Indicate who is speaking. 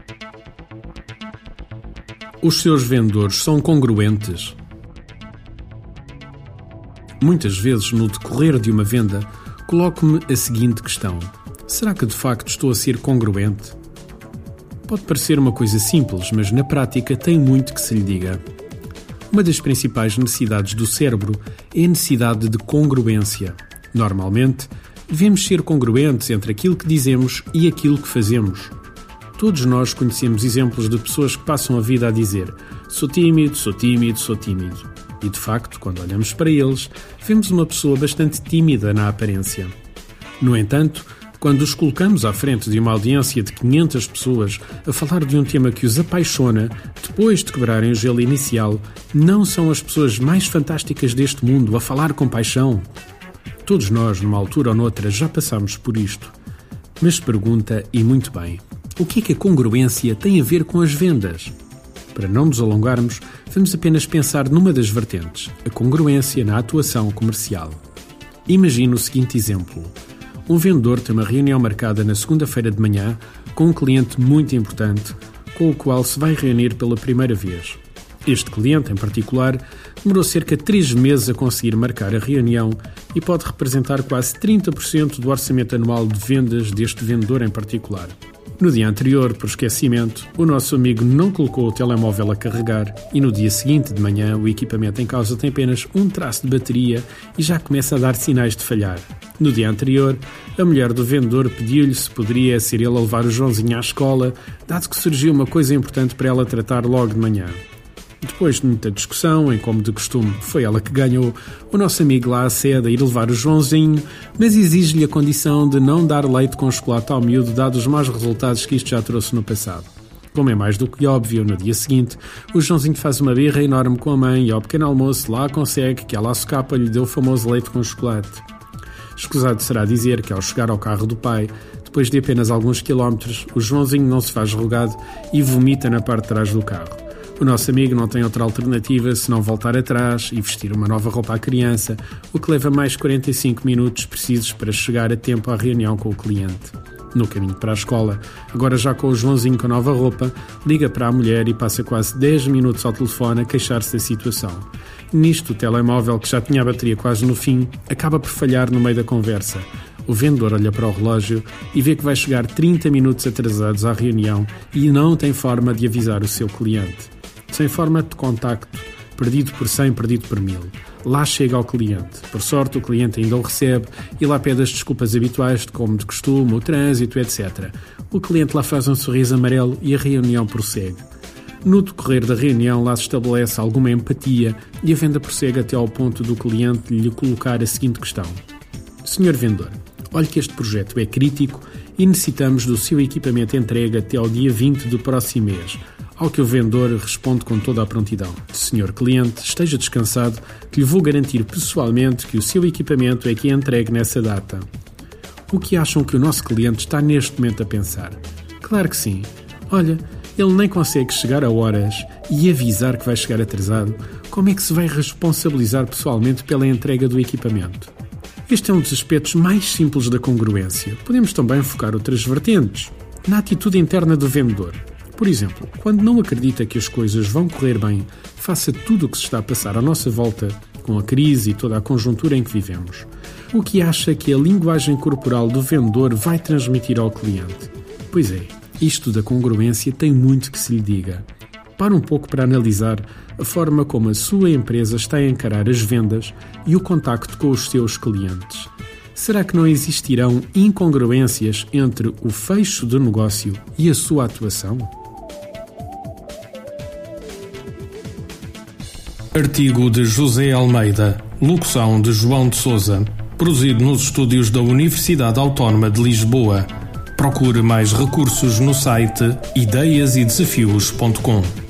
Speaker 1: Os seus vendedores são congruentes? Muitas vezes, no decorrer de uma venda, coloco-me a seguinte questão: será que de facto estou a ser congruente? Pode parecer uma coisa simples, mas na prática tem muito que se lhe diga. Uma das principais necessidades do cérebro é a necessidade de congruência. Normalmente, devemos ser congruentes entre aquilo que dizemos e aquilo que fazemos. Todos nós conhecemos exemplos de pessoas que passam a vida a dizer: sou tímido, sou tímido, sou tímido. E de facto, quando olhamos para eles, vemos uma pessoa bastante tímida na aparência. No entanto, quando os colocamos à frente de uma audiência de 500 pessoas a falar de um tema que os apaixona, depois de quebrarem o gelo inicial, não são as pessoas mais fantásticas deste mundo a falar com paixão? Todos nós, numa altura ou noutra, já passamos por isto. Mas pergunta, e muito bem, o que é que a congruência tem a ver com as vendas? Para não nos alongarmos, vamos apenas pensar numa das vertentes, a congruência na atuação comercial. Imagine o seguinte exemplo. Um vendedor tem uma reunião marcada na segunda-feira de manhã com um cliente muito importante, com o qual se vai reunir pela primeira vez. Este cliente, em particular, demorou cerca de 3 meses a conseguir marcar a reunião e pode representar quase 30% do orçamento anual de vendas deste vendedor em particular. No dia anterior, por esquecimento, o nosso amigo não colocou o telemóvel a carregar e no dia seguinte de manhã o equipamento em causa tem apenas um traço de bateria e já começa a dar sinais de falhar. No dia anterior, a mulher do vendedor pediu-lhe se poderia ser ele a levar o Joãozinho à escola, dado que surgiu uma coisa importante para ela tratar logo de manhã. Depois de muita discussão, em como de costume foi ela que ganhou, o nosso amigo lá acede a ir levar o Joãozinho, mas exige-lhe a condição de não dar leite com chocolate ao miúdo, dados os maus resultados que isto já trouxe no passado. Como é mais do que óbvio, no dia seguinte, o Joãozinho faz uma birra enorme com a mãe e ao pequeno almoço lá consegue que ela à socapa lhe dê o famoso leite com chocolate. Escusado será dizer que ao chegar ao carro do pai, depois de apenas alguns quilómetros, o Joãozinho não se faz rogado e vomita na parte de trás do carro. O nosso amigo não tem outra alternativa senão voltar atrás e vestir uma nova roupa à criança, o que leva mais 45 minutos precisos para chegar a tempo à reunião com o cliente. No caminho para a escola, agora já com o Joãozinho com a nova roupa, liga para a mulher e passa quase 10 minutos ao telefone a queixar-se da situação. Nisto, o telemóvel, que já tinha a bateria quase no fim, acaba por falhar no meio da conversa. O vendedor olha para o relógio e vê que vai chegar 30 minutos atrasados à reunião e não tem forma de avisar o seu cliente. Sem forma de contacto, perdido por 100, perdido por 1000. Lá chega ao cliente. Por sorte, o cliente ainda o recebe e lá pede as desculpas habituais, como de costume, o trânsito, etc. O cliente lá faz um sorriso amarelo e a reunião prossegue. No decorrer da reunião, lá se estabelece alguma empatia e a venda prossegue até ao ponto do cliente lhe colocar a seguinte questão: Senhor vendedor, olhe que este projeto é crítico e necessitamos do seu equipamento entregue até ao dia 20 do próximo mês. Ao que o vendedor responde com toda a prontidão: Senhor cliente, esteja descansado que lhe vou garantir pessoalmente que o seu equipamento é que é entregue nessa data. O que acham que o nosso cliente está neste momento a pensar? Claro que sim. Olha, ele nem consegue chegar a horas e avisar que vai chegar atrasado. Como é que se vai responsabilizar pessoalmente pela entrega do equipamento? Este é um dos aspectos mais simples da congruência. Podemos também focar outras vertentes. Na atitude interna do vendedor. Por exemplo, quando não acredita que as coisas vão correr bem, faça tudo o que se está a passar à nossa volta, com a crise e toda a conjuntura em que vivemos. O que acha que a linguagem corporal do vendedor vai transmitir ao cliente? Pois é, isto da congruência tem muito que se lhe diga. Para um pouco para analisar a forma como a sua empresa está a encarar as vendas e o contacto com os seus clientes. Será que não existirão incongruências entre o fecho do negócio e a sua atuação?
Speaker 2: Artigo de José Almeida, locução de João de Sousa, produzido nos estúdios da Universidade Autónoma de Lisboa. Procure mais recursos no site ideiasedesafios.com.